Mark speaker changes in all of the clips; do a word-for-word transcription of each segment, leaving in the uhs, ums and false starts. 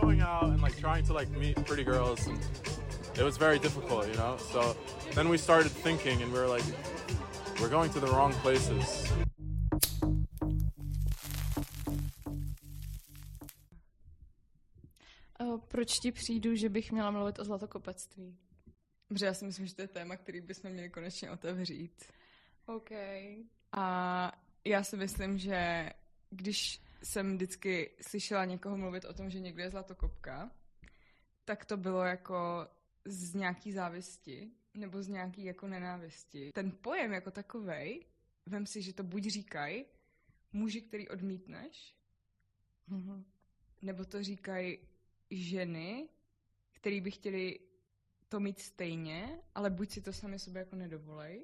Speaker 1: going out and like trying to like meet pretty girls, and it was very difficult, you know. So then we started thinking, and we were like, we're going to the wrong places.
Speaker 2: Proč ti přijdu, že bych měla mluvit o zlatokopectví?
Speaker 3: Protože já si myslím, že to je téma, který bychom měli konečně otevřít.
Speaker 2: OK.
Speaker 3: A já si myslím, že když jsem vždycky slyšela někoho mluvit o tom, že někdo je zlatokopka, tak to bylo jako z nějaký závisti nebo z nějaký jako nenávisti. Ten pojem jako takovej, vem si, že to buď říkají muži, který odmítneš,
Speaker 2: Mm-hmm.
Speaker 3: nebo to říkají ženy, který by chtěli to mít stejně, ale buď si to sami sobě jako nedovolej,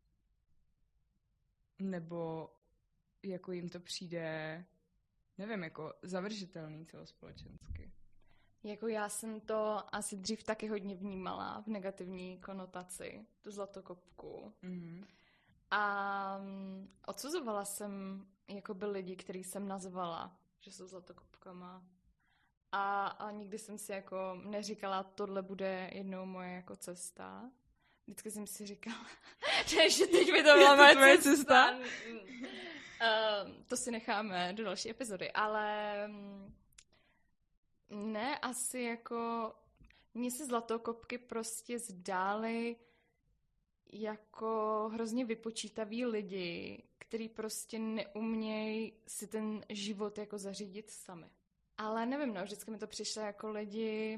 Speaker 3: nebo jako jim to přijde, nevím, jako zavržitelný celospolečensky.
Speaker 2: Jako já jsem to asi dřív taky hodně vnímala v negativní konotaci, tu zlatokopku.
Speaker 3: Mm-hmm.
Speaker 2: A um, odsuzovala jsem jako by lidi, který jsem nazvala, že jsou zlatokopkama. A, a nikdy jsem si jako neříkala, tohle bude jednou moje jako cesta. Vždycky jsem si říkala, že teď by to byla moje
Speaker 3: tvoje
Speaker 2: cesta. uh, to si necháme do další epizody, ale um, ne, asi jako mně se zlatokopky prostě zdály jako hrozně vypočítaví lidi, který prostě neumějí si ten život jako zařídit sami. Ale nevím, no, vždycky mi to přišlo jako lidi...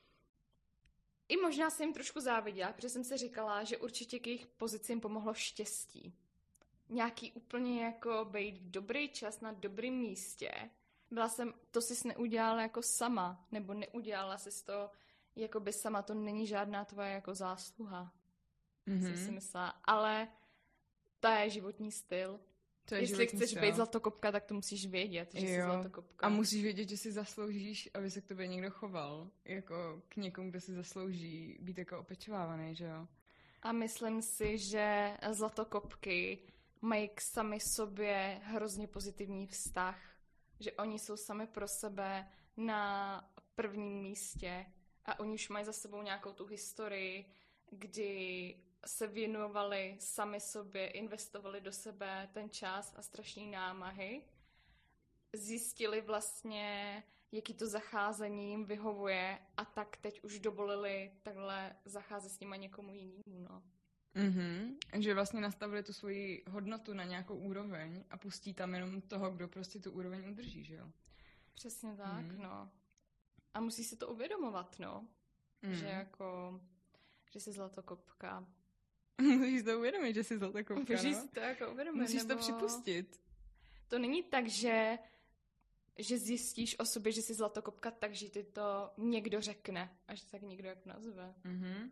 Speaker 2: I možná jsem jim trošku záviděla, protože jsem si říkala, že určitě k jejich pozici jim pomohlo štěstí. Nějaký úplně jako být v dobrý čas na dobrém místě. Byla jsem, to jsi neudělala jako sama, nebo neudělala jsi to jako by sama, to není žádná tvoje jako zásluha. Mm-hmm. Jsem si myslela, ale to je životní styl.
Speaker 3: To je
Speaker 2: Jestli chceš
Speaker 3: styl.
Speaker 2: být zlatokopka, tak to musíš vědět, že jsi zlatokopka.
Speaker 3: A musíš vědět, že si zasloužíš, aby se k tobě někdo choval. Jako k někomu, kdo si zaslouží být jako opečovávaný, že jo?
Speaker 2: A myslím si, že zlatokopky mají k sami sobě hrozně pozitivní vztah. Že oni jsou sami pro sebe na prvním místě a oni už mají za sebou nějakou tu historii, kdy se věnovali sami sobě, investovali do sebe ten čas a strašný námahy. Zjistili vlastně, jaký to zacházení jim vyhovuje a tak teď už dovolili takhle zacházet s nima někomu jinému, no.
Speaker 3: Mhm, že vlastně nastavili tu svoji hodnotu na nějakou úroveň a pustí tam jenom toho, kdo prostě tu úroveň udrží, že jo?
Speaker 2: Přesně tak,
Speaker 3: Mhm.
Speaker 2: no. A musí si to uvědomovat, no.
Speaker 3: Mhm.
Speaker 2: Že jako, že jsi zlatokopka.
Speaker 3: Musíš to uvědomit, že jsi zlatokopka,
Speaker 2: Musíš
Speaker 3: no?
Speaker 2: si to jako uvědomit,
Speaker 3: Musíš
Speaker 2: nebo...
Speaker 3: to připustit.
Speaker 2: To není tak, že, že zjistíš o sobě, že jsi zlatokopka, takže ti to někdo řekne a že tak někdo jak nazve.
Speaker 3: Mhm.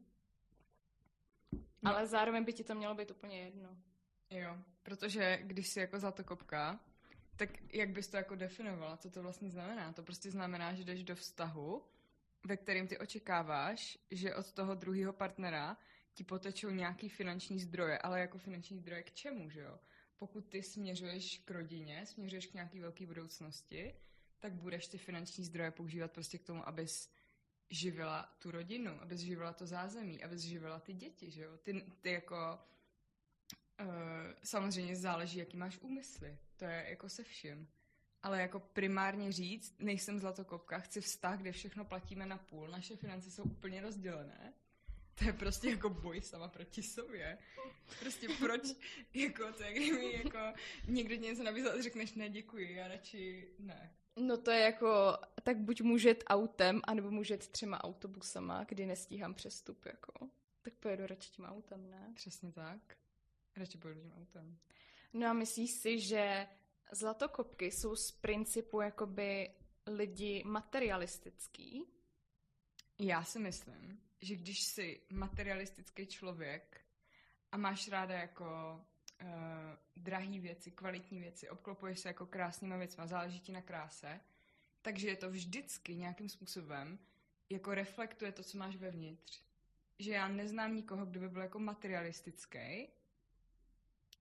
Speaker 2: No. Ale zároveň by ti to mělo být úplně jedno.
Speaker 3: Jo, protože když jsi jako zlatokopka, tak jak bys to jako definovala? Co to vlastně znamená? To prostě znamená, že jdeš do vztahu, ve kterém ty očekáváš, že od toho druhého partnera ti potečou nějaký finanční zdroje, ale jako finanční zdroje k čemu, že jo? Pokud ty směřuješ k rodině, směřuješ k nějaký velké budoucnosti, tak budeš ty finanční zdroje používat prostě k tomu, abys živila tu rodinu, abys živila to zázemí, abys živila ty děti, že jo? Ty, ty jako... Uh, samozřejmě záleží, jaký máš úmysly. To je jako se vším. Ale jako primárně říct, nejsem zlatokopka, chci vztah, kde všechno platíme na půl, naše finance jsou úplně rozdělené. To je prostě jako boj sama proti sobě. Prostě proč, jako to je, kdyby jako někdo něco nabízel a řekneš ne, děkuji, já radši ne.
Speaker 2: No to je jako, tak buď můžu jet autem, anebo můžu jet třema autobusama, kdy nestíhám přestup, jako. Tak pojedu radši tím autem, ne?
Speaker 3: Přesně tak. Radši pojedu tím autem.
Speaker 2: No a myslíš si, že zlatokopky jsou z principu jakoby lidi materialistický?
Speaker 3: Já si myslím, že když jsi materialistický člověk a máš ráda jako uh, drahý věci, kvalitní věci, obklopuješ se jako krásnýma věcma, záleží ti na kráse, takže je to vždycky nějakým způsobem jako reflektuje to, co máš vevnitř. Že já neznám nikoho, kdo by byl jako materialistický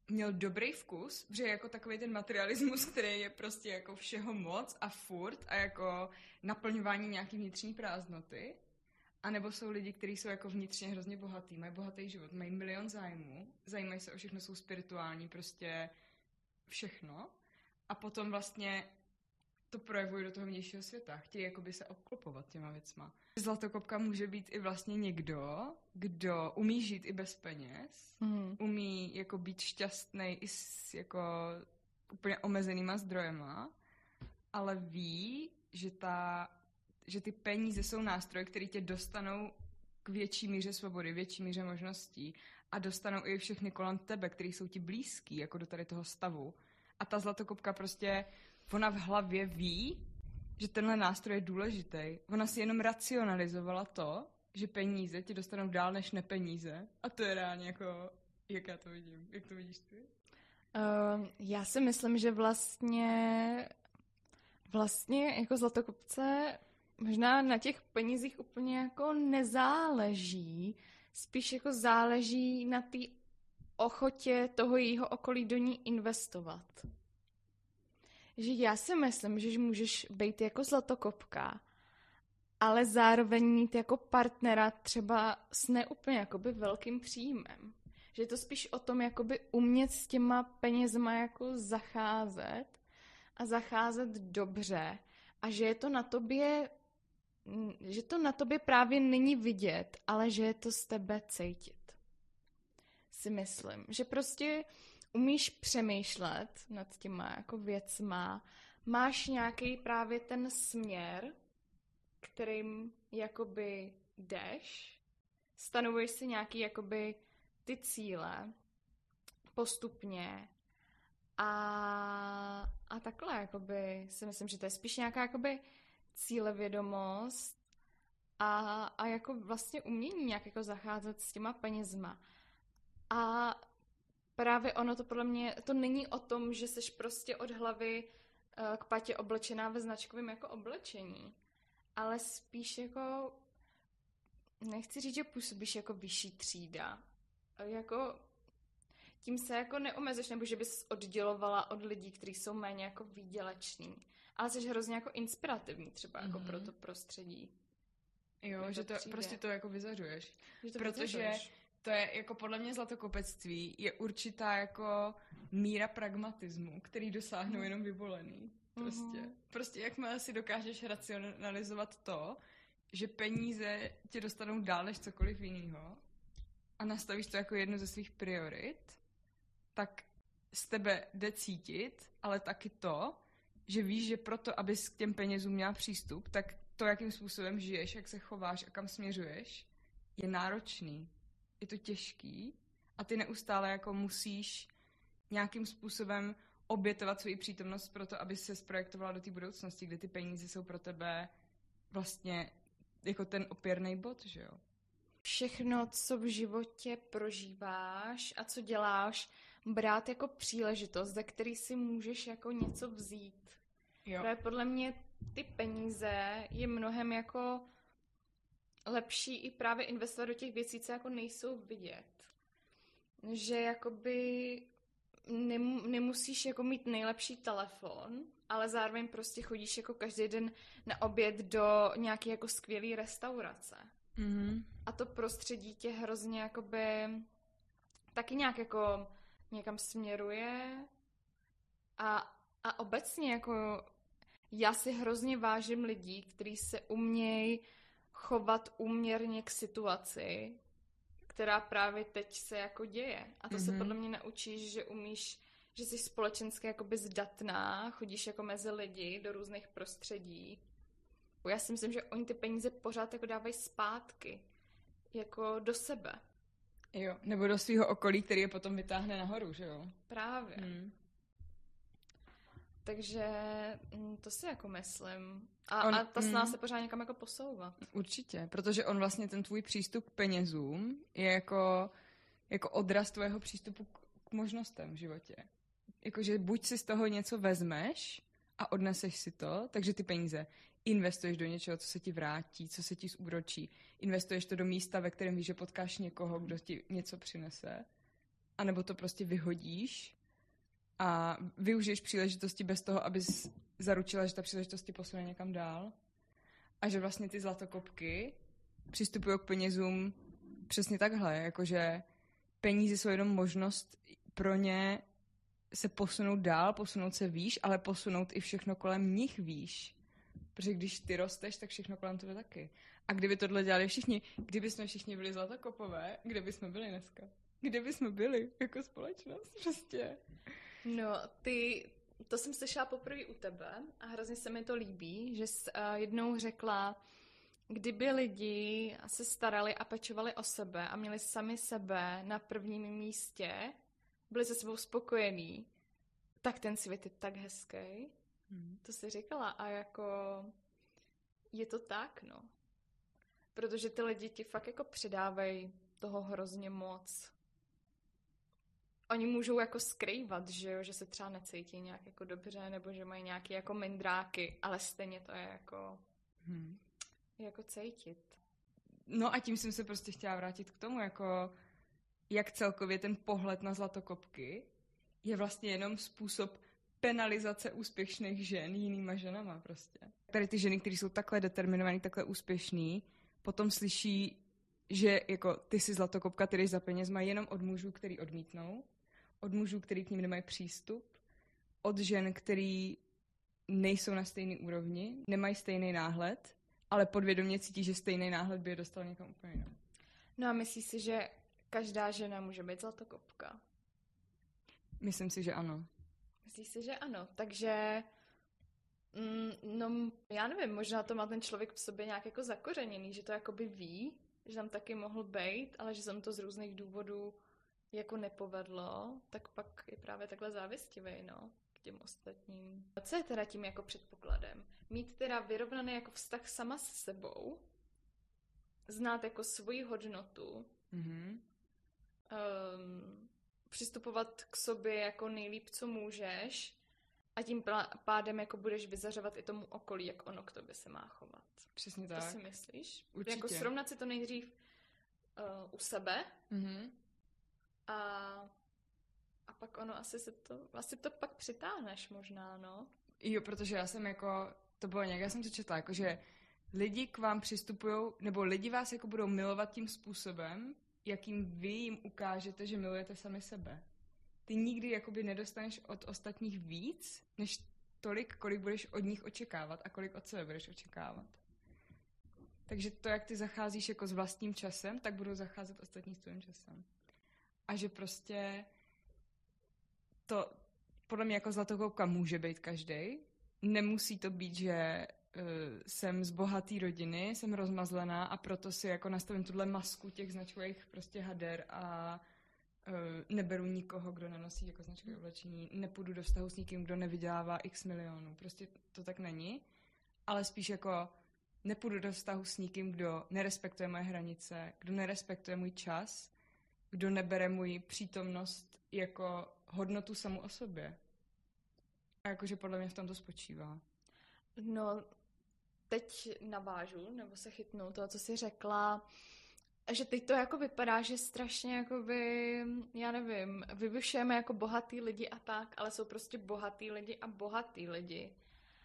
Speaker 3: měl dobrý vkus, že jako takový ten materialismus, který je prostě jako všeho moc a furt a jako naplňování nějaký vnitřní prázdnoty. A nebo jsou lidi, kteří jsou jako vnitřně hrozně bohatý, mají bohatý život, mají milion zájmů, zajímají se o všechno, jsou spirituální, prostě všechno. A potom vlastně to projevují do toho vnějšího světa. Chtějí jakoby se obklopovat těma věcma. Zlatokopka může být i vlastně někdo, kdo umí žít i bez peněz, mm. umí jako být šťastný i s jako úplně omezenýma zdrojema, ale ví, že, ta, že ty peníze jsou nástroje, které tě dostanou k větší míře svobody, větší míře možností a dostanou i všechny kolem tebe, který jsou ti blízký, jako do tady toho stavu. A ta zlatokopka prostě, ona v hlavě ví, že tenhle nástroj je důležitý. Ona si jenom racionalizovala to, že peníze ti dostanou dál než nepeníze. A to je reálně jako, jak já to vidím. Jak to vidíš ty?
Speaker 2: Uh, já si myslím, že vlastně vlastně jako zlatokopce možná na těch penězích úplně jako nezáleží. Spíš jako záleží na té ochotě toho jejího okolí do ní investovat. Že já si myslím, že můžeš být jako zlatokopka, ale zároveň mít jako partnera třeba s neúplně jakoby velkým příjmem. Že je to spíš o tom jakoby umět s těma penězma jako zacházet a zacházet dobře a že je to na tobě, že to na tobě právě není vidět, ale že je to z tebe cítit. Si myslím, že prostě umíš přemýšlet nad těma jako věcma, máš nějaký právě ten směr, kterým jakoby jdeš, stanovuješ si nějaký jakoby ty cíle postupně a, a takhle jakoby si myslím, že to je spíš nějaká jakoby cílevědomost a, a jako vlastně umění nějak jako zacházet s těma penězma. A právě ono to podle mě, to není o tom, že seš prostě od hlavy k patě oblečená ve značkovém jako oblečení, ale spíš jako, nechci říct, že působíš jako vyšší třída. Jako, tím se jako neomezeš, nebo že bys oddělovala od lidí, kteří jsou méně jako výděleční. Ale jsi hrozně jako inspirativní třeba mm-hmm. jako pro to prostředí.
Speaker 3: Jo, že to, prostě to jako vyzařuješ.
Speaker 2: Že to
Speaker 3: protože
Speaker 2: vyzařuješ.
Speaker 3: To je jako podle mě zlatokopectví je určitá jako míra pragmatismu, který dosáhnou mm. jenom vyvolený. Prostě. Mm-hmm. Prostě jakmile si dokážeš racionalizovat to, že peníze tě dostanou dál než cokoliv jiného a nastavíš to jako jednu ze svých priorit, tak z tebe jde cítit, ale taky to, že víš, že proto, abys k těm penězům měla přístup, tak to, jakým způsobem žiješ, jak se chováš a kam směřuješ, je náročný. Je to těžký a ty neustále jako musíš nějakým způsobem obětovat svou přítomnost pro to, aby se zprojektovala do té budoucnosti, kde ty peníze jsou pro tebe vlastně jako ten opěrný bod, že jo?
Speaker 2: Všechno, co v životě prožíváš a co děláš, brát jako příležitost, ze který si můžeš jako něco vzít.
Speaker 3: Jo.
Speaker 2: Protože podle mě ty peníze je mnohem jako lepší i právě investovat do těch věcí, co jako nejsou vidět. Že jakoby nem, nemusíš jako mít nejlepší telefon, ale zároveň prostě chodíš jako každý den na oběd do nějaké jako skvělé restaurace.
Speaker 3: Mm-hmm.
Speaker 2: A to prostředí tě hrozně jakoby taky nějak jako někam směruje a, a obecně jako já si hrozně vážím lidí, kteří se umějí chovat úměrně k situaci, která právě teď se jako děje. A to mm-hmm. se podle mě naučíš, že umíš, že jsi společensky jakoby zdatná, chodíš jako mezi lidi do různých prostředí. Já si myslím, že oni ty peníze pořád jako dávají zpátky. Jako do sebe.
Speaker 3: Jo, nebo do svého okolí, který je potom vytáhne nahoru, že jo?
Speaker 2: Právě.
Speaker 3: Hmm.
Speaker 2: Takže to si jako myslím. A,
Speaker 3: On,
Speaker 2: a ta snaha
Speaker 3: mm,
Speaker 2: se pořád někam jako posouvat.
Speaker 3: Určitě, protože on vlastně ten tvůj přístup k penězům je jako, jako odraz tvého přístupu k, k možnostem v životě. Jakože buď si z toho něco vezmeš a odneseš si to, takže ty peníze investuješ do něčeho, co se ti vrátí, co se ti zúročí. Investuješ to do místa, ve kterém víš, že potkáš někoho, kdo ti něco přinese. anebo to prostě vyhodíš a využiješ příležitosti bez toho, abys zaručila, že ta příležitost ti posune někam dál. A že vlastně ty zlatokopky přistupují k penězům přesně takhle, jakože peníze jsou jenom možnost pro ně se posunout dál, posunout se výš, ale posunout i všechno kolem nich výš. Protože když ty rosteš, tak všechno kolem tebe taky. A kdyby tohle dělali všichni, kdyby jsme všichni byli zlatokopové, kde by jsme byli dneska? Kde by jsme byli jako společnost? Prostě.
Speaker 2: No, ty, to jsem slyšela poprvé u tebe a hrozně se mi to líbí, že jsi uh, jednou řekla, kdyby lidi se starali a pečovali o sebe a měli sami sebe na prvním místě, byli se sebou spokojení, tak ten svět je tak hezký. Hmm. To jsi říkala a jako je to tak, no. Protože ty lidi ti fakt jako přidávají toho hrozně moc. Oni můžou jako skrývat, že jo, že se třeba necítí nějak jako dobře, nebo že mají nějaké jako mindráky, ale stejně to je jako, hmm. jako cítit.
Speaker 3: No a tím jsem se prostě chtěla vrátit k tomu, jako jak celkově ten pohled na zlatokopky je vlastně jenom způsob penalizace úspěšných žen jinýma ženama prostě. Tady ty ženy, které jsou takhle determinovaný, takhle úspěšný, potom slyší, že jako ty si zlatokopka, ty jdeš za peněz, mají jenom od mužů, který odmítnou, od mužů, který k ním nemají přístup, od žen, který nejsou na stejné úrovni, nemají stejný náhled, ale podvědomě cítí, že stejný náhled by je dostal někam úplně jinam.
Speaker 2: No a myslíš si, že každá žena může být zlatokopka?
Speaker 3: Myslím si, že ano.
Speaker 2: Myslíš si, že ano? Takže, mm, no já nevím, možná to má ten člověk v sobě nějak jako zakořeněný, že to jakoby ví, že tam taky mohl být, ale že jsem to z různých důvodů jako nepovedlo, tak pak je právě takhle závistivý, no, k těm ostatním. A co je teda tím jako předpokladem? Mít teda vyrovnaný jako vztah sama se sebou, znát jako svoji hodnotu, mm-hmm. um, přistupovat k sobě jako nejlíp, co můžeš a tím pádem jako budeš vyzařovat i tomu okolí, jak ono k tobě se má chovat.
Speaker 3: Přesně tak.
Speaker 2: To si myslíš?
Speaker 3: Určitě.
Speaker 2: Jako srovnat si to nejdřív uh, u sebe mm-hmm. a, a pak ono asi se to, asi to pak přitáhneš možná, no.
Speaker 3: Jo, protože já jsem jako, to bylo nějak, já jsem to četla, jako že lidi k vám přistupujou, nebo lidi vás jako budou milovat tím způsobem, jakým vy jim ukážete, že milujete sami sebe. Ty nikdy jakoby nedostaneš od ostatních víc, než tolik, kolik budeš od nich očekávat a kolik od sebe budeš očekávat. Takže to, jak ty zacházíš jako s vlastním časem, tak budou zacházet ostatní s tvým časem. A že prostě to podle mě jako zlatokopka může být každej. Nemusí to být, že uh, jsem z bohatý rodiny, jsem rozmazlená a proto si jako nastavím tuhle masku těch značkových prostě hader a uh, neberu nikoho, kdo nenosí jako značkové oblečení, nepůjdu do vztahu s nikým, kdo nevydělává x milionů. Prostě to tak není. Ale spíš jako nepůjdu do vztahu s nikým, kdo nerespektuje moje hranice, kdo nerespektuje můj čas, kdo nebere můj přítomnost jako hodnotu samu o sobě. A jakože podle mě v tom to spočívá.
Speaker 2: No, teď navážu, nebo se chytnu toho, co jsi řekla, že teď to jako vypadá, že strašně jakoby, já nevím, vyvyšujeme jako bohatý lidi a tak, ale jsou prostě bohatý lidi a bohatý lidi.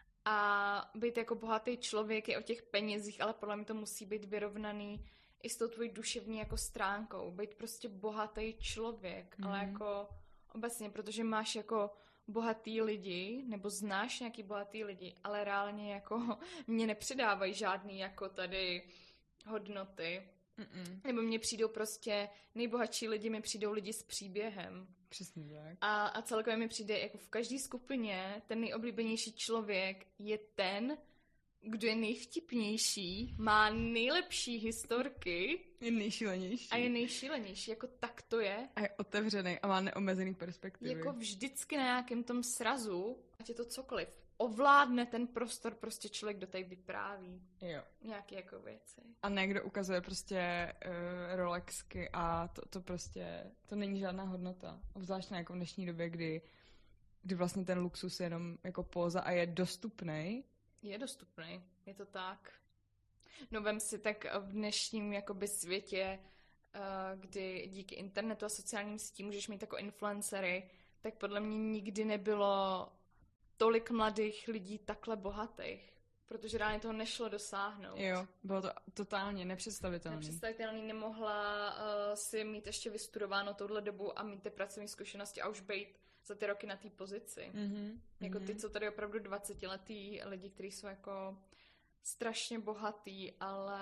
Speaker 2: A být jako bohatý člověk je o těch penězích, ale podle mě to musí být vyrovnaný i s tou tvojí duševní jako stránkou. Být prostě bohatý člověk, mm. ale jako obecně, protože máš jako bohatý lidi, nebo znáš nějaký bohatý lidi, ale reálně jako mě nepřidávají žádný jako tady hodnoty. Mm-mm. Nebo mně přijdou prostě nejbohatší lidi, mi přijdou lidi s příběhem.
Speaker 3: Přesně tak.
Speaker 2: A, a celkově mi přijde, jako v každé skupině, ten nejoblíbenější člověk je ten, kdo je nejvtipnější, má nejlepší historky.
Speaker 3: Je nejšílenější.
Speaker 2: A je nejšílenější, jako tak to je.
Speaker 3: A je otevřený a má neomezený perspektivy.
Speaker 2: Jako vždycky na nějakém tom srazu, ať je to cokoliv, ovládne ten prostor prostě člověk, kdo tady vypráví.
Speaker 3: Jo.
Speaker 2: Nějaké jako věci.
Speaker 3: A někdo ukazuje prostě uh, Rolexky a to, to prostě, to není žádná hodnota. Obzvlášť na jako v dnešní době, kdy, kdy vlastně ten luxus je jenom jako póza a je dostupnej.
Speaker 2: Je dostupný, je to tak. No vem si, tak v dnešním jakoby světě kdy díky internetu a sociálním sítím můžeš mít jako influencery, tak podle mě nikdy nebylo tolik mladých lidí takhle bohatých. Protože reálně toho nešlo dosáhnout.
Speaker 3: Jo, bylo to totálně nepředstavitelné.
Speaker 2: Nepředstavitelný, nemohla uh, si mít ještě vystudováno touhle dobu a mít ty pracovní zkušenosti a už být za ty roky na té pozici.
Speaker 3: Mm-hmm.
Speaker 2: Jako
Speaker 3: mm-hmm.
Speaker 2: ty, co tady opravdu dvacetiletí lidi, kteří jsou jako strašně bohatý, ale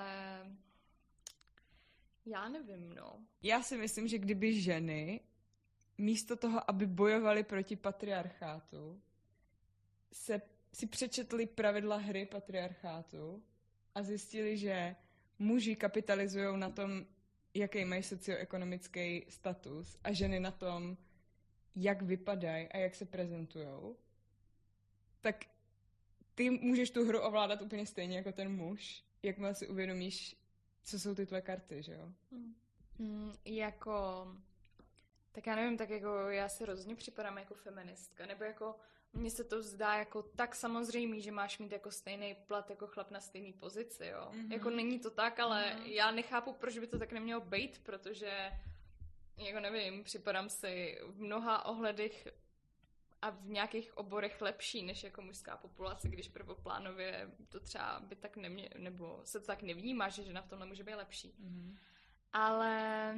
Speaker 2: já nevím, no.
Speaker 3: Já si myslím, že kdyby ženy místo toho, aby bojovaly proti patriarchátu, se si přečetli pravidla hry patriarchátu a zjistili, že muži kapitalizují na tom, jaký mají socioekonomický status a ženy na tom, jak vypadají a jak se prezentujou, tak ty můžeš tu hru ovládat úplně stejně jako ten muž, jakmile si uvědomíš, co jsou ty tvoje karty, že jo?
Speaker 2: Hmm. Hmm, jako... Tak já nevím, tak jako já se rozhodně připadám jako feministka, nebo jako mně se to zdá jako tak samozřejmý, že máš mít jako stejný plat jako chlap na stejný pozici, jo. Mm-hmm. Jako není to tak, ale mm-hmm. já nechápu, proč by to tak nemělo být, protože jako nevím, připadám si v mnoha ohledech a v nějakých oborech lepší než jako mužská populace, když prvoplánově to třeba by tak nemě, nebo se to tak nevnímá, že žena v tomhle může být lepší. Mm-hmm. Ale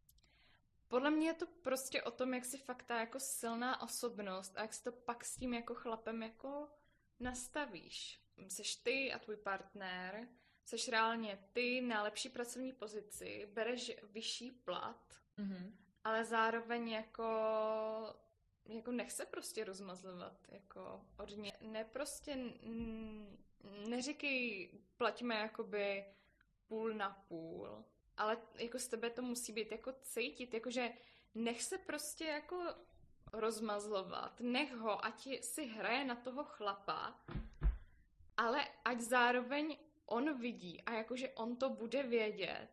Speaker 2: podle mě je to prostě o tom, jak si fakt ta jako silná osobnost a jak si to pak s tím jako chlapem jako nastavíš. Seš ty a tvůj partner, seš reálně ty na lepší pracovní pozici, bereš vyšší plat, mm-hmm. ale zároveň jako, jako nech se prostě rozmazlovat jako od ně. Ne prostě, n- neříkej, plaťme jakoby půl na půl, ale jako z tebe to musí být jako cítit, jakože nech se prostě jako rozmazlovat, nech ho, ať si hraje na toho chlapa, ale ať zároveň on vidí a jakože on to bude vědět,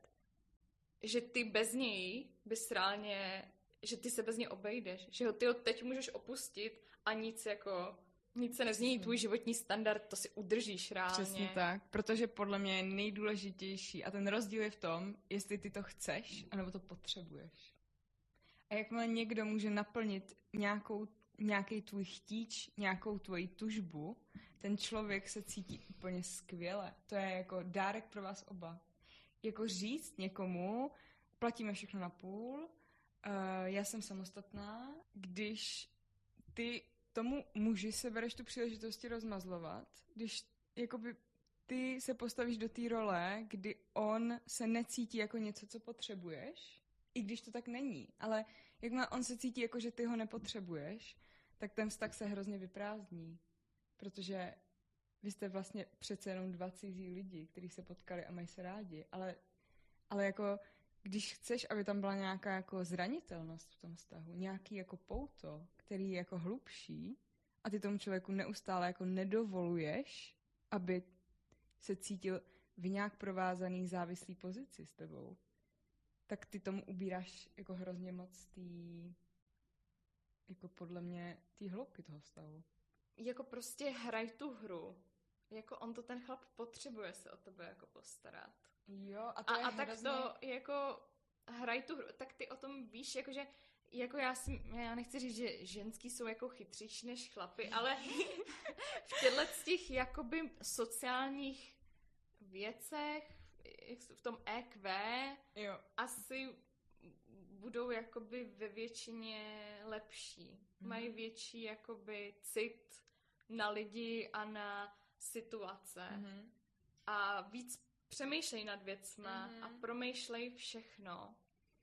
Speaker 2: že ty bez něj bys reálně, že ty se bez něj obejdeš, že ho ty ho teď můžeš opustit a nic jako, nic se nezmění, tvůj životní standard, to si udržíš reálně.
Speaker 3: Přesně tak, protože podle mě je nejdůležitější a ten rozdíl je v tom, jestli ty to chceš, anebo to potřebuješ. A jakmile někdo může naplnit nějakou, nějaký tvůj chtíč, nějakou tvoji tužbu, ten člověk se cítí úplně skvěle. To je jako dárek pro vás oba. Jako říct někomu, platíme všechno na půl, uh, já jsem samostatná, když ty tomu muži se bereš tu příležitosti rozmazlovat, když jakoby ty se postavíš do té role, kdy on se necítí jako něco, co potřebuješ, i když to tak není, ale jakmile on se cítí jako, že ty ho nepotřebuješ, tak ten vztah se hrozně vyprázdní, protože vy jste vlastně přece jenom dva cizí lidi, kteří se potkali a mají se rádi, ale, ale jako když chceš, aby tam byla nějaká jako zranitelnost v tom vztahu, nějaký jako pouto, který je jako hlubší a ty tomu člověku neustále jako nedovoluješ, aby se cítil v nějak provázaný závislý pozici s tebou, tak ty tomu ubíráš jako hrozně moc tý, jako podle mě, tý hloubky toho vztahu.
Speaker 2: Jako prostě hraj tu hru. Jako on to ten chlap potřebuje se o tebe jako postarat.
Speaker 3: Jo, a to
Speaker 2: a,
Speaker 3: je
Speaker 2: a
Speaker 3: hrozně...
Speaker 2: tak to jako hraj tu hru, tak ty o tom víš, jakože jako já si, já nechci říct, že ženský jsou jako chytřejší než chlapy, ale v těchto těch jakoby sociálních věcech, v tom E Q,
Speaker 3: jo.
Speaker 2: asi budou jakoby ve většině lepší. Mm. Mají větší jakoby cit na lidi a na situace. Mm. A víc přemýšlej nad věcma mm. a promýšlej všechno.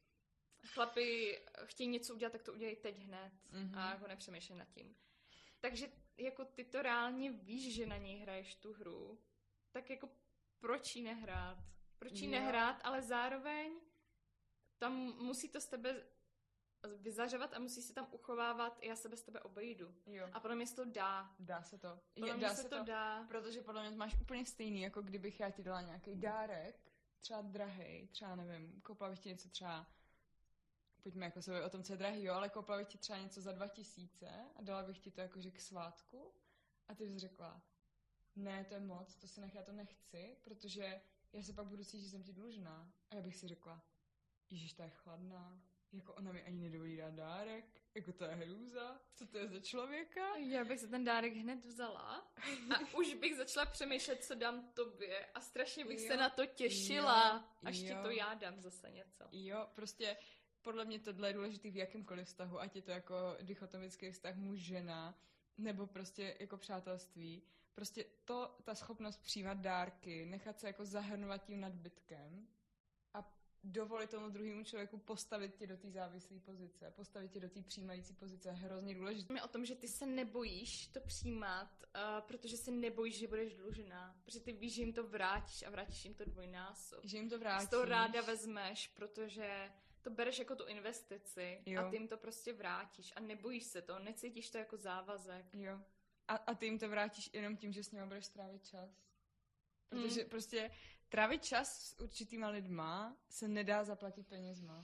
Speaker 2: Chlapi chtějí něco udělat, tak to udělají teď hned mm. a jako nepřemýšlej nad tím. Takže jako ty to reálně víš, že na něj hraješ tu hru, tak jako proč jí nehrát? Proč jí nehrát, ale zároveň tam musí to z tebe vyzařovat a musí se tam uchovávat, já se bez tebe obejdu.
Speaker 3: Jo.
Speaker 2: A podle mě se to dá.
Speaker 3: Dá se to.
Speaker 2: Podle
Speaker 3: Je,
Speaker 2: mě
Speaker 3: dá
Speaker 2: se
Speaker 3: se
Speaker 2: to, to dá.
Speaker 3: Protože podle mě to máš úplně stejný, jako kdybych já ti dala nějaký dárek, třeba drahej, třeba nevím, koupila bych ti něco třeba, pojďme jako se o tom, co je drahý, jo, ale koupila bych ti třeba něco za dva tisíce a dala bych ti to jakože k svátku a ty bys řekla, ne, to je moc, to si nech, já to nechci, protože já se pak budu cítit, že jsem ti dlužná. A já bych si řekla, ježiš, ta je chladná, jako ona mi ani nedovolí dát dárek, jako to je hrůza, co to je za člověka?
Speaker 2: Já bych se ten dárek hned vzala a už bych začala přemýšlet, co dám tobě a strašně bych
Speaker 3: jo,
Speaker 2: se na to těšila,
Speaker 3: jo,
Speaker 2: až
Speaker 3: jo.
Speaker 2: ti to já dám zase něco.
Speaker 3: Jo, prostě podle mě tohle je důležitý v jakýmkoliv vztahu, ať je to jako dichotomický vztah muž-žena, nebo prostě jako přátelství. Prostě to, ta schopnost přijímat dárky, nechat se jako zahrnovat tím nadbytkem a dovolit tomu druhému člověku postavit tě do té závislé pozice, postavit tě do té přijímající pozice, je hrozně důležité.
Speaker 2: O tom, že ty se nebojíš to přijímat, uh, protože se nebojíš, že budeš dlužná. Protože ty víš, že jim to vrátíš a vrátíš jim to dvojnásob.
Speaker 3: Že jim to vrátíš.
Speaker 2: Z toho ráda vezmeš, protože to bereš jako tu investici
Speaker 3: jo.
Speaker 2: a ty jim to prostě vrátíš a nebojíš se to, necítíš to jako závazek.
Speaker 3: Jo. A, a ty jim to vrátíš jenom tím, že s nimi budeš trávit čas. Protože mm. prostě trávit čas s určitýma lidma se nedá zaplatit penězma.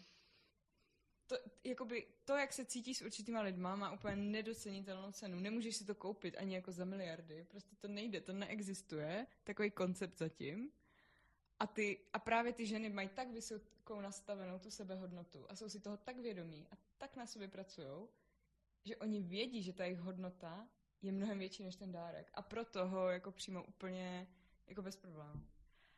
Speaker 3: To, jakoby, to, jak se cítíš s určitýma lidma, má úplně nedocenitelnou cenu. Nemůžeš si to koupit ani jako za miliardy. Prostě to nejde, to neexistuje. Takový koncept zatím. A, ty, a právě ty ženy mají tak vysokou nastavenou tu sebehodnotu a jsou si toho tak vědomí a tak na sobě pracujou, že oni vědí, že ta jejich hodnota je mnohem větší než ten dárek. A proto ho jako přijmou úplně jako bez problémů.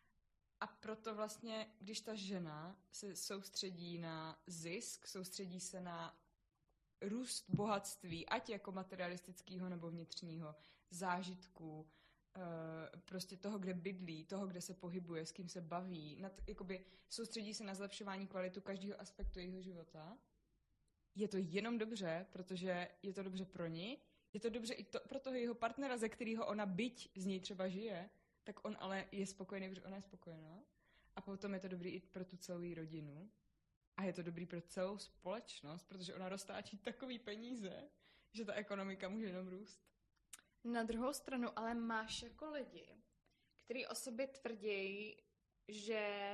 Speaker 3: A proto vlastně, když ta žena se soustředí na zisk, soustředí se na růst bohatství, ať jako materialistického nebo vnitřního, zážitků, prostě toho, kde bydlí, toho, kde se pohybuje, s kým se baví, nad, jakoby soustředí se na zlepšování kvalitu každého aspektu jejího života, je to jenom dobře, protože je to dobře pro ní, je to dobře i to, pro toho jeho partnera, ze kterého ona byť z něj třeba žije, tak on ale je spokojený, protože ona je spokojená. A potom je to dobrý i pro tu celou její rodinu. A je to dobrý pro celou společnost, protože ona roztáčí takový peníze, že ta ekonomika může jenom růst.
Speaker 2: Na druhou stranu ale máš jako lidi, kteří o sobě tvrdí, že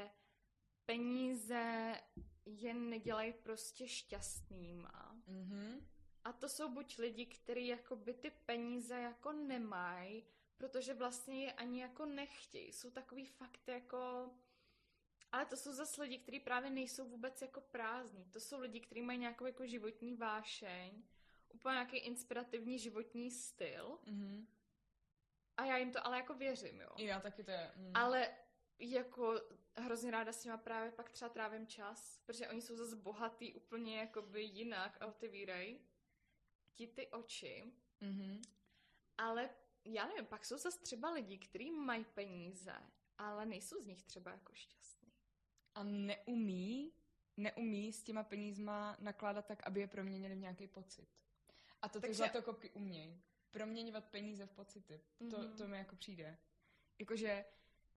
Speaker 2: peníze jen nedělají prostě šťastnýma.
Speaker 3: Mm-hmm.
Speaker 2: A to jsou buď lidi, kteří jakoby ty peníze jako nemají, protože vlastně je ani jako nechtějí. Jsou takový fakt jako... Ale to jsou zase lidi, kteří právě nejsou vůbec jako prázdní. To jsou lidi, kteří mají nějakou jako životní vášeň, úplně nějaký inspirativní životní styl.
Speaker 3: Mm-hmm.
Speaker 2: A já jim to ale jako věřím, jo.
Speaker 3: Já taky to je. Mm.
Speaker 2: Ale jako hrozně ráda s nima právě pak třeba trávím čas, protože oni jsou zase bohatý úplně jakoby jinak a otevírají ti ty oči.
Speaker 3: Mm-hmm.
Speaker 2: Ale já nevím, pak jsou zase třeba lidi, kteří mají peníze, ale nejsou z nich třeba jako šťastní.
Speaker 3: A neumí, neumí s těma penízma nakládat tak, aby je proměnili v nějaký pocit. A to ty
Speaker 2: Takže...
Speaker 3: zlatokopky umějí. Proměňovat peníze v pocity. Mm-hmm. To, to mi jako přijde. Jakože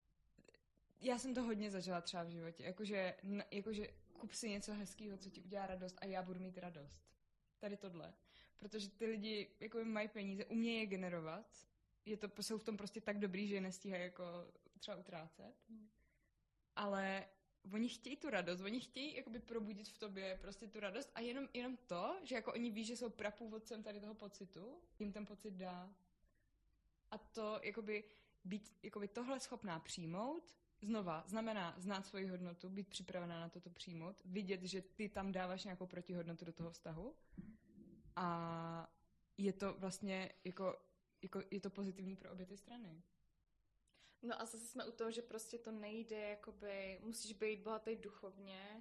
Speaker 3: já jsem to hodně zažila třeba v životě. Jakože, jakože kup si něco hezkého, co ti udělá radost a já budu mít radost. Tady tohle. Protože ty lidi jako mají peníze, umějí je generovat. Je to, jsou v tom prostě tak dobrý, že je nestíhají jako třeba utrácet. Mm. Ale oni chtějí tu radost, oni chtějí jakoby probudit v tobě prostě tu radost a jenom, jenom to, že jako oni ví, že jsou prapůvodcem tady toho pocitu, jim ten pocit dá. A to jakoby být jakoby tohle schopná přijmout, znova znamená znát svoji hodnotu, být připravená na toto přijmout, vidět, že ty tam dáváš nějakou protihodnotu do toho vztahu a je to vlastně jako, jako je to pozitivní pro obě ty strany.
Speaker 2: No a zase jsme u toho, že prostě to nejde, jakoby musíš být bohatý duchovně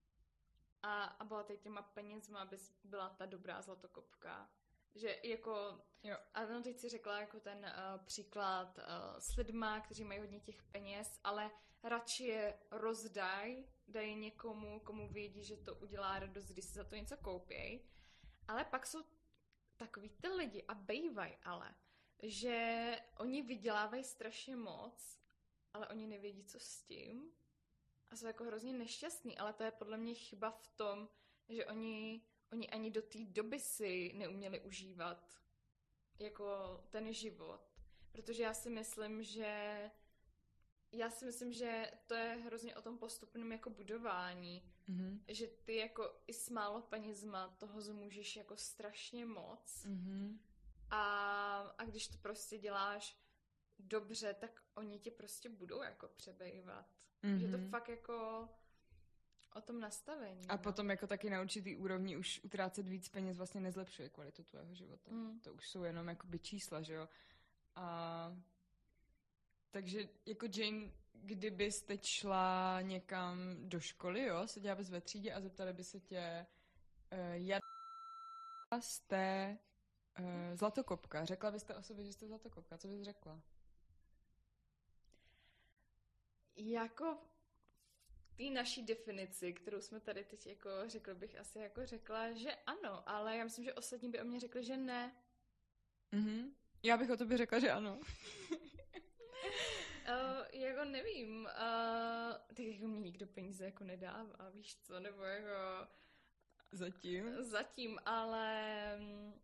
Speaker 2: a, a bohatý těma penězma, abys byla ta dobrá zlatokopka. Že jako,
Speaker 3: jo.
Speaker 2: A no teď si řekla jako ten uh, příklad uh, s lidma, kteří mají hodně těch peněz, ale radši je rozdaj, dají někomu, komu vědí, že to udělá radost, když si za to něco koupěj. Ale pak jsou takový ty lidi a bejvaj ale, že oni vydělávají strašně moc, ale oni nevědí, co s tím. A jsou jako hrozně nešťastní, ale to je podle mě chyba v tom, že oni, oni ani do té doby si neuměli užívat jako ten život. Protože já si myslím, že já si myslím, že to je hrozně o tom postupném jako budování. Mm-hmm. Že ty jako i s málo penězma toho zmůžeš jako strašně moc.
Speaker 3: Mm-hmm.
Speaker 2: A, a když to prostě děláš dobře, tak oni tě prostě budou jako přebejvat. Mm-hmm. Že to fakt jako O tom nastavení.
Speaker 3: A
Speaker 2: no.
Speaker 3: potom jako taky na určitý úrovni už utrácet víc peněz vlastně nezlepšuje kvalitu tvého života.
Speaker 2: Mm.
Speaker 3: To už jsou jenom jakoby čísla, že jo. A takže jako Jane, kdybys teď šla někam do školy, jo, seděla bys ve třídě a zeptali by se tě uh, jak jste uh, zlatokopka. Řekla byste o sobě, že jste zlatokopka. Co bys řekla?
Speaker 2: Jako v té naší definici, kterou jsme tady teď jako řekl bych asi jako řekla, že ano, ale já myslím, že ostatní by o mě řekli, že ne.
Speaker 3: Mhm. Já bych o tobě řekla, že ano.
Speaker 2: Uh, jako nevím, uh, tak jako mě nikdo peníze jako nedává, víš co, nebo jako
Speaker 3: Zatím.
Speaker 2: zatím, ale um,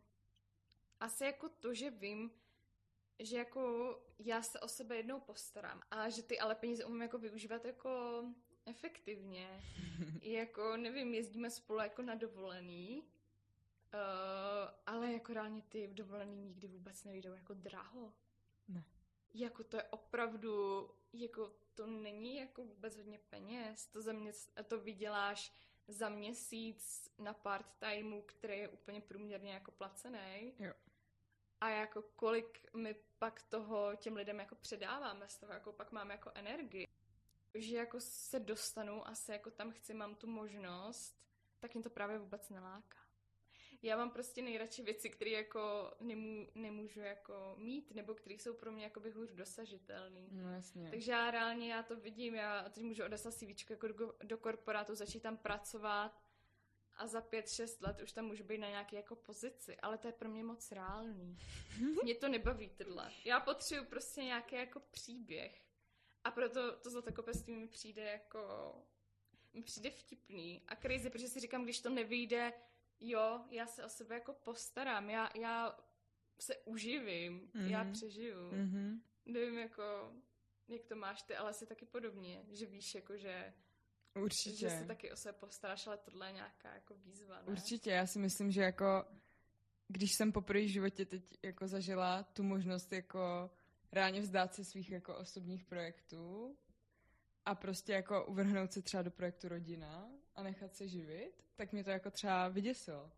Speaker 2: asi jako to, že vím, že jako já se o sebe jednou postarám a že ty ale peníze umím jako využívat jako efektivně. Jako nevím, jezdíme spolu jako na dovolený, uh, ale jako reálně ty dovolený nikdy vůbec nevyjdou jako draho.
Speaker 3: Ne.
Speaker 2: Jako to je opravdu, jako to není jako vůbec hodně peněz, to, za mě, to vyděláš za měsíc na part-timeu, který je úplně průměrně jako placený.
Speaker 3: Jo.
Speaker 2: A jako kolik my pak toho těm lidem jako předáváme z toho, jako pak máme jako energii. Že jako se dostanu a se jako tam chci, mám tu možnost, tak mě to právě vůbec neláká. Já mám prostě nejradši věci, které jako nemů, nemůžu jako mít, nebo které jsou pro mě jakoby hůř dosažitelný.
Speaker 3: No jasně.
Speaker 2: Takže já reálně já to vidím, já teď můžu odeslat CVčko jako do, do korporátu, začít tam pracovat a za pět, šest let už tam můžu být na nějaké jako pozici, ale to je pro mě moc reálný. Mě to nebaví tohle. Já potřebuji prostě nějaký jako příběh. A proto to zlatokopectví mi přijde jako, mi přijde vtipný a crazy, protože si říkám, když to nevyjde, jo, já se o sebe jako postarám, já, já se uživím, mm-hmm. já přežiju.
Speaker 3: Mm-hmm.
Speaker 2: Nevím, jako, jak to máš ty, ale asi taky podobně, že víš, jako, že,
Speaker 3: Určitě.
Speaker 2: že se taky o sebe postaráš, ale tohle je nějaká jako výzva, ne?
Speaker 3: Určitě, já si myslím, že jako, když jsem poprvé v životě teď jako zažila tu možnost jako reálně vzdát se svých jako osobních projektů a prostě jako uvrhnout se třeba do projektu rodina a nechat se živit, tak mě to jako třeba vyděsilo.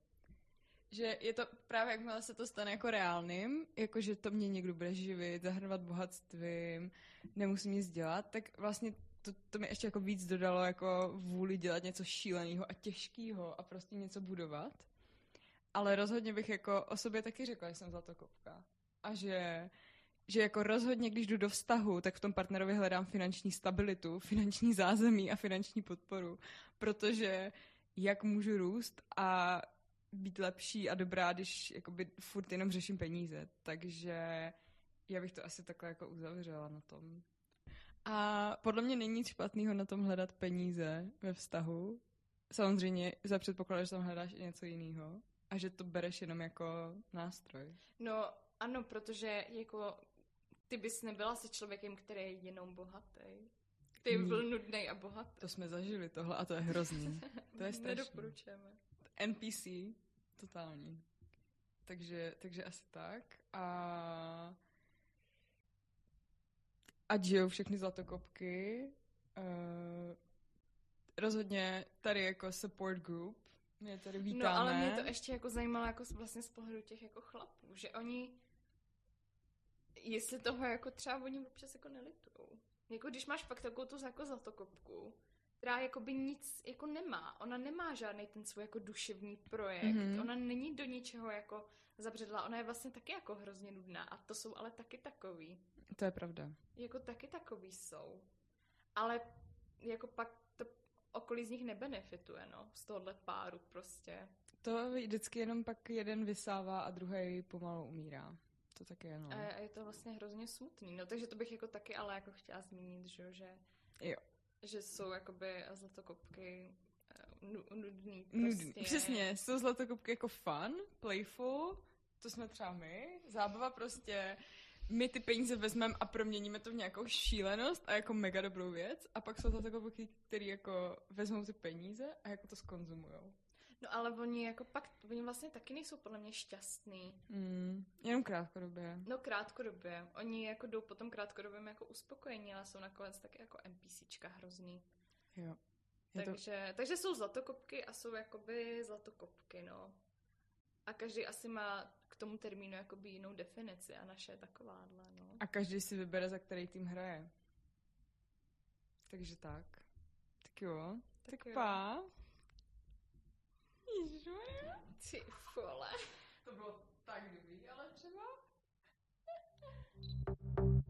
Speaker 3: Že je to právě, jakmile se to stane jako reálným, jako že to mě někdo bude živit, zahrnovat bohatstvím, nemusím nic dělat, tak vlastně to, to mi ještě jako víc dodalo jako vůli dělat něco šíleného a těžkého a prostě něco budovat. Ale rozhodně bych jako o sobě taky řekla, že jsem zlatokopka. A že, že jako rozhodně, když jdu do vztahu, tak v tom partnerovi hledám finanční stabilitu, finanční zázemí a finanční podporu. Protože jak můžu růst a být lepší a dobrá, když jakoby furt jenom řeším peníze. Takže já bych to asi takhle jako uzavřela na tom. A podle mě není nic špatného na tom hledat peníze ve vztahu. Samozřejmě za předpokladu, že tam hledáš i něco jiného. A že to bereš jenom jako nástroj.
Speaker 2: No ano, protože jako ty bys nebyla se člověkem, který je jenom bohatý. Ty by byl nudnej a bohatý.
Speaker 3: To jsme zažili tohle a to je hrozný. To je strašný.
Speaker 2: Nedoporučujeme.
Speaker 3: N P C, totální. Takže, takže asi tak. A, a žijou všechny zlatokopky. Uh, rozhodně tady jako support group. Mě tady vítáme.
Speaker 2: No ale mě to ještě jako zajímalo jako vlastně z pohledu těch jako chlapů, že oni, jestli toho jako třeba oni občas jako nelitujou. Jako když máš fakt takovou tu jako zlatokopku, která jakoby nic jako nemá. Ona nemá žádný ten svůj jako duševní projekt. Mm-hmm. Ona není do ničeho jako zabředla. Ona je vlastně taky jako hrozně nudná. A to jsou ale taky takový.
Speaker 3: To je pravda.
Speaker 2: Jako taky takový jsou. Ale jako pak to okolí z nich nebenefituje, no. Z tohohle páru prostě.
Speaker 3: To vždycky jenom pak jeden vysává a druhý pomalu umírá. To taky je, no.
Speaker 2: A je to vlastně hrozně smutný. No takže to bych jako taky ale jako chtěla zmínit, že že...
Speaker 3: Jo.
Speaker 2: Že jsou jakoby zlatokopky nudný prostě.
Speaker 3: Nudný. Přesně, jsou zlatokopky jako fun, playful, to jsme třeba my, zábava prostě, my ty peníze vezmeme a proměníme to v nějakou šílenost a jako mega dobrou věc a pak jsou zlatokopky, který jako vezmou ty peníze a jako to skonzumujou.
Speaker 2: No ale oni jako pak, oni vlastně taky nejsou podle mě šťastný.
Speaker 3: Mm, jenom krátkodobě.
Speaker 2: No krátkodobě. Oni jako jdou potom krátkodobě jako uspokojení, ale jsou nakonec taky jako NPCčka hrozný.
Speaker 3: Jo. Je to...
Speaker 2: Takže, takže jsou zlatokopky a jsou jakoby zlatokopky, no. A každý asi má k tomu termínu jakoby jinou definici a naše je takováhle, no.
Speaker 3: A každý si vybere, za který tým hraje. Takže tak. Tak jo. Tak, tak jo. Pa. Ježišmarja.
Speaker 2: Ty vole.
Speaker 3: To bylo tak dobrý, ale třeba...